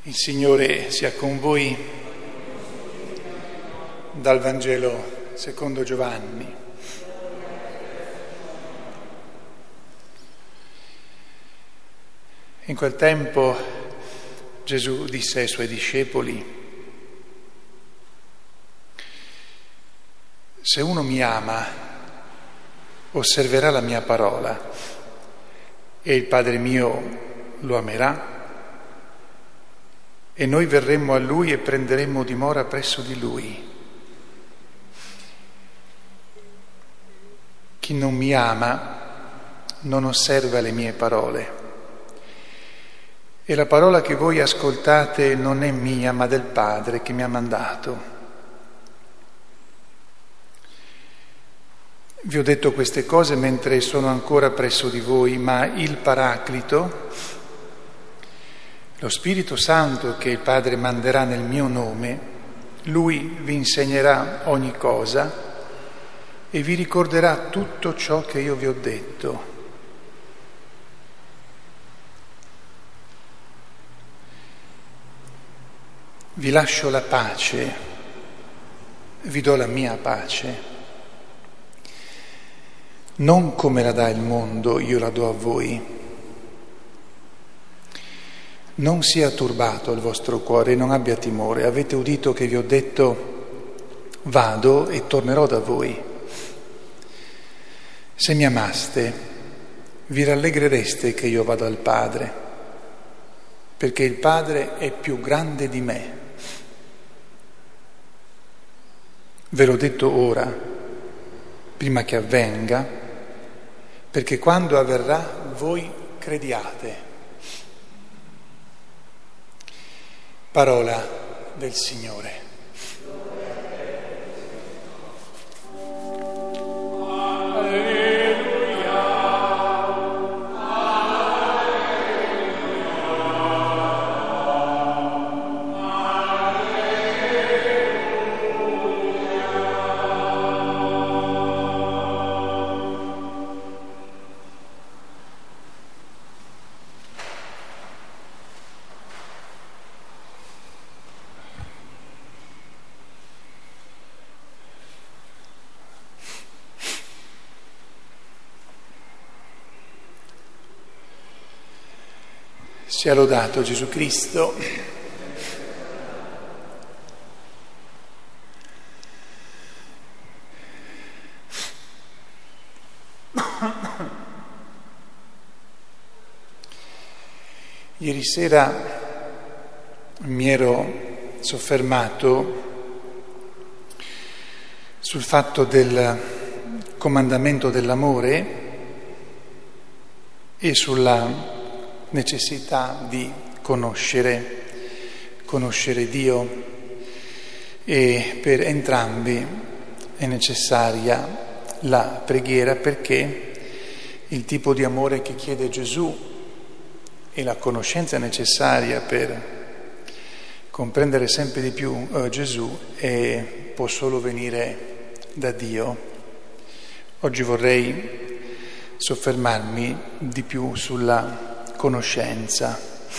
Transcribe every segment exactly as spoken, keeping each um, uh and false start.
Il Signore sia con voi. Dal Vangelo secondo Giovanni. In quel tempo Gesù disse ai suoi discepoli: se uno mi ama, osserverà la mia parola, e il Padre mio lo amerà, e noi verremmo a Lui e prenderemmo dimora presso di Lui. Chi non mi ama non osserva le mie parole, e la parola che voi ascoltate non è mia, ma del Padre che mi ha mandato. Vi ho detto queste cose mentre sono ancora presso di voi, ma il Paraclito, lo Spirito Santo che il Padre manderà nel mio nome, Lui vi insegnerà ogni cosa e vi ricorderà tutto ciò che io vi ho detto. Vi lascio la pace, vi do la mia pace. Non come la dà il mondo, io la do a voi. Non sia turbato il vostro cuore, non abbia timore. Avete udito che vi ho detto: vado e tornerò da voi. Se mi amaste, vi rallegrereste che io vado al Padre, perché il Padre è più grande di me. Ve l'ho detto ora, prima che avvenga, perché quando avverrà voi crediate. Parola del Signore. Sia lodato Gesù Cristo. Ieri sera mi ero soffermato sul fatto del comandamento dell'amore e sulla necessità di conoscere, conoscere Dio, e per entrambi è necessaria la preghiera, perché il tipo di amore che chiede Gesù e la conoscenza necessaria per comprendere sempre di più eh, Gesù è, può solo venire da Dio. Oggi vorrei soffermarmi di più sulla conoscenza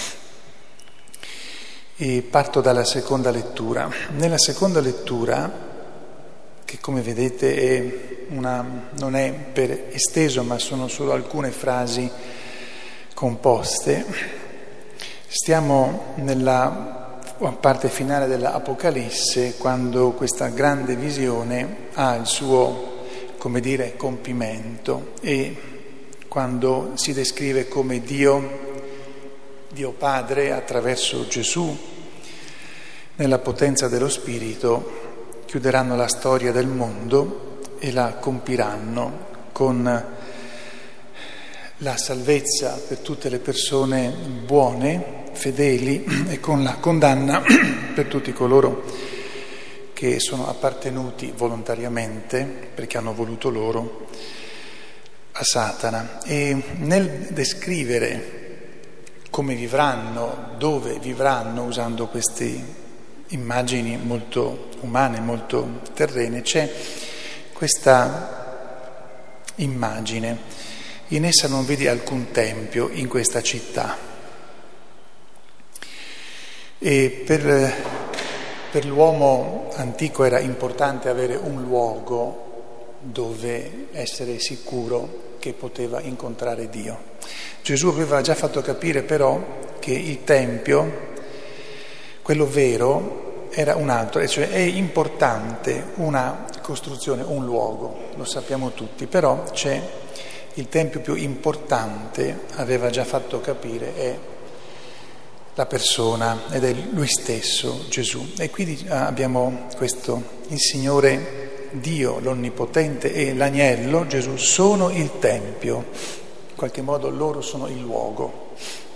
e parto dalla seconda lettura. Nella seconda lettura, che come vedete è una, non è per esteso, ma sono solo alcune frasi composte, stiamo nella parte finale dell'Apocalisse, quando questa grande visione ha il suo, come dire, compimento, e quando si descrive come Dio, Dio Padre, attraverso Gesù, nella potenza dello Spirito, chiuderanno la storia del mondo e la compiranno con la salvezza per tutte le persone buone, fedeli, e con la condanna per tutti coloro che sono appartenuti volontariamente, perché hanno voluto loro, a Satana. E nel descrivere come vivranno, dove vivranno, usando queste immagini molto umane, molto terrene, c'è questa immagine. In essa non vedi alcun tempio in questa città. E per, per l'uomo antico era importante avere un luogo dove essere sicuro che poteva incontrare Dio. Gesù aveva già fatto capire però che il Tempio, quello vero, era un altro, cioè è importante una costruzione, un luogo, lo sappiamo tutti, però c'è il Tempio più importante, aveva già fatto capire, è la persona ed è Lui stesso, Gesù. E quindi abbiamo questo, il Signore Dio, l'Onnipotente e l'Agnello, Gesù, sono il Tempio, in qualche modo loro sono il luogo.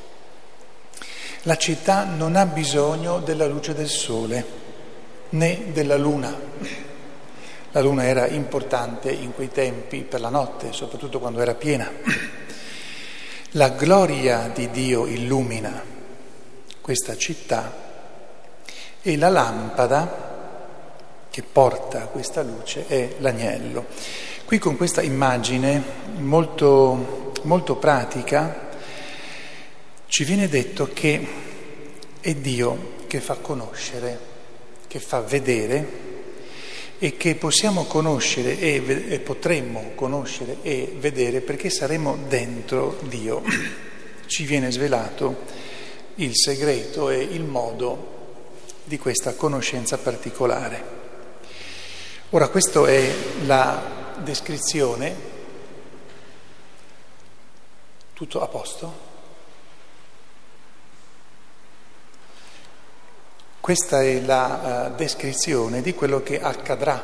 La città non ha bisogno della luce del sole né della luna. La luna era importante in quei tempi per la notte, soprattutto quando era piena. La gloria di Dio illumina questa città e la lampada che porta questa luce è l'agnello. Qui con questa immagine molto, molto pratica ci viene detto che è Dio che fa conoscere, che fa vedere e che possiamo conoscere e, e potremmo conoscere e vedere perché saremo dentro Dio. Ci viene svelato il segreto e il modo di questa conoscenza particolare. Ora, questa è la descrizione. Tutto a posto? Questa è la uh, descrizione di quello che accadrà.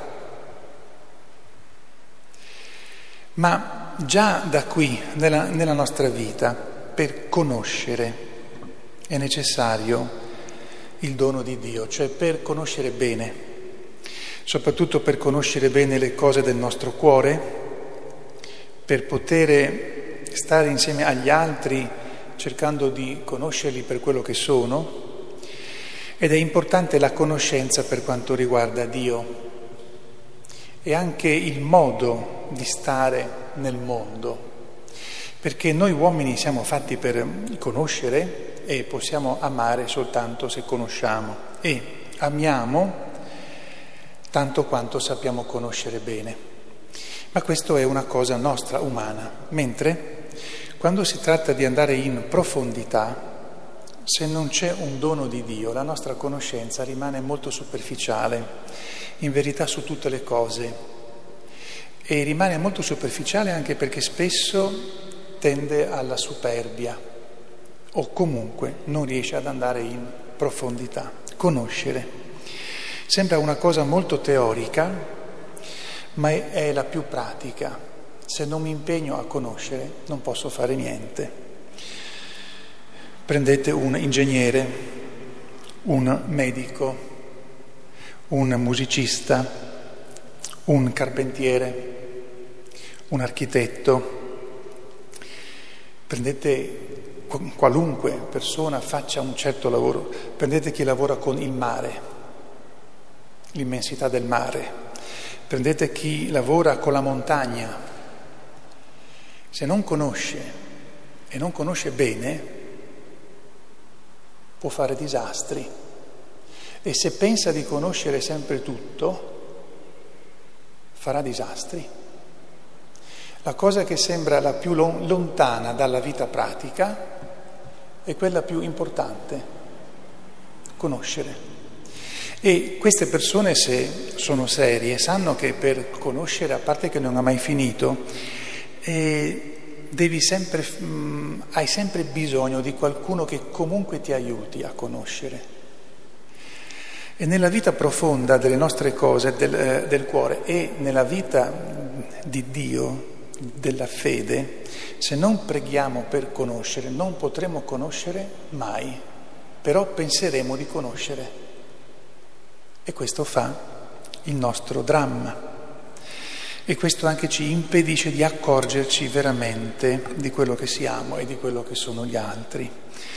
Ma già da qui, nella, nella nostra vita, per conoscere è necessario il dono di Dio, cioè per conoscere bene, soprattutto per conoscere bene le cose del nostro cuore, per poter stare insieme agli altri cercando di conoscerli per quello che sono. Ed è importante la conoscenza per quanto riguarda Dio e anche il modo di stare nel mondo, perché noi uomini siamo fatti per conoscere e possiamo amare soltanto se conosciamo e amiamo tanto quanto sappiamo conoscere bene. Ma questo è una cosa nostra, umana, mentre quando si tratta di andare in profondità, se non c'è un dono di Dio, la nostra conoscenza rimane molto superficiale, in verità su tutte le cose, e rimane molto superficiale anche perché spesso tende alla superbia o comunque non riesce ad andare in profondità. Conoscere sembra una cosa molto teorica, ma è la più pratica. Se non mi impegno a conoscere non posso fare niente. Prendete un ingegnere, un medico, un musicista, un carpentiere, un architetto. Prendete qualunque persona faccia un certo lavoro. Prendete chi lavora con il mare, l'immensità del mare. Prendete chi lavora con la montagna. Se non conosce e non conosce bene, può fare disastri, e se pensa di conoscere sempre tutto, farà disastri. La cosa che sembra la più lontana dalla vita pratica è quella più importante, conoscere. E queste persone, se sono serie, sanno che per conoscere, a parte che non ha mai finito, eh, devi sempre, mh, hai sempre bisogno di qualcuno che comunque ti aiuti a conoscere. E nella vita profonda delle nostre cose, del, eh, del cuore e nella vita di Dio, della fede, se non preghiamo per conoscere, non potremo conoscere mai, però penseremo di conoscere. E questo fa il nostro dramma. E questo anche ci impedisce di accorgerci veramente di quello che siamo e di quello che sono gli altri.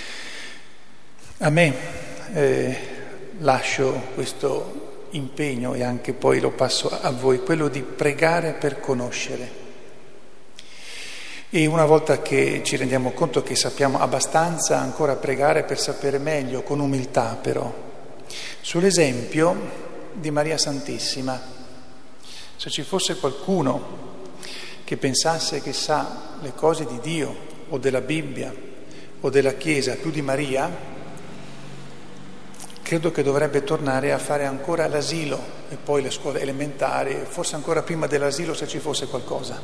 A me eh, lascio questo impegno e anche poi lo passo a voi, quello di pregare per conoscere. E una volta che ci rendiamo conto che sappiamo abbastanza, ancora pregare per sapere meglio, con umiltà però, sull'esempio di Maria Santissima. Se ci fosse qualcuno che pensasse che sa le cose di Dio o della Bibbia o della Chiesa più di Maria, credo che dovrebbe tornare a fare ancora l'asilo e poi le scuole elementari, forse ancora prima dell'asilo se ci fosse qualcosa.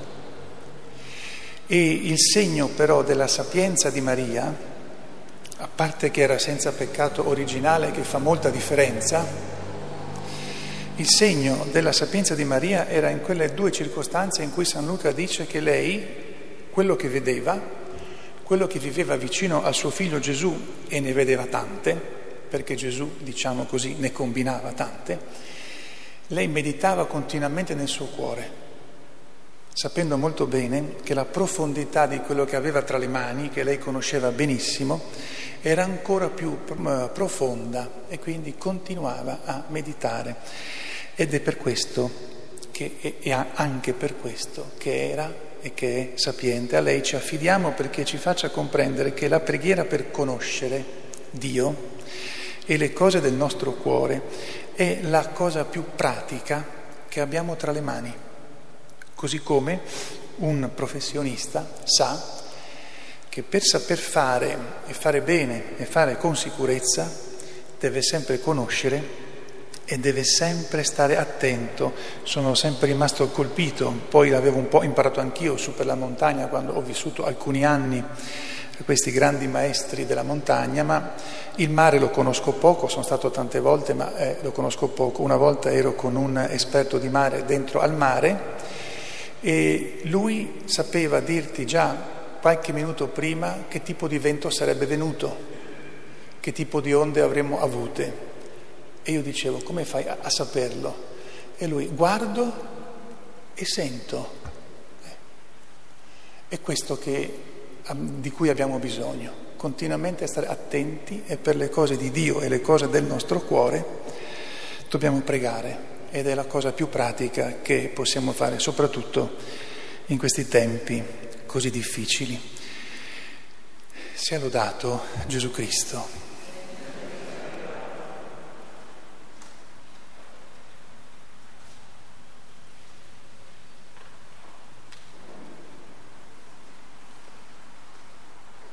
E il segno però della sapienza di Maria, a parte che era senza peccato originale, che fa molta differenza, il segno della sapienza di Maria era in quelle due circostanze in cui San Luca dice che lei, quello che vedeva, quello che viveva vicino al suo figlio Gesù, e ne vedeva tante, perché Gesù, diciamo così, ne combinava tante, lei meditava continuamente nel suo cuore, sapendo molto bene che la profondità di quello che aveva tra le mani, che lei conosceva benissimo, era ancora più profonda e quindi continuava a meditare. Ed è per questo, che, e anche per questo, che era e che è sapiente. A lei ci affidiamo perché ci faccia comprendere che la preghiera per conoscere Dio e le cose del nostro cuore è la cosa più pratica che abbiamo tra le mani. Così come un professionista sa che per saper fare e fare bene e fare con sicurezza deve sempre conoscere e deve sempre stare attento. Sono sempre rimasto colpito, poi l'avevo un po' imparato anch'io su per la montagna quando ho vissuto alcuni anni questi grandi maestri della montagna, ma il mare lo conosco poco, sono stato tante volte ma eh, lo conosco poco. Una volta ero con un esperto di mare dentro al mare e lui sapeva dirti già qualche minuto prima che tipo di vento sarebbe venuto, che tipo di onde avremmo avute. E io dicevo, come fai a, a saperlo? E lui, guardo e sento. È questo che, di cui abbiamo bisogno, continuamente stare attenti, e per le cose di Dio e le cose del nostro cuore dobbiamo pregare, ed è la cosa più pratica che possiamo fare, soprattutto in questi tempi così difficili. Sia lodato Gesù Cristo.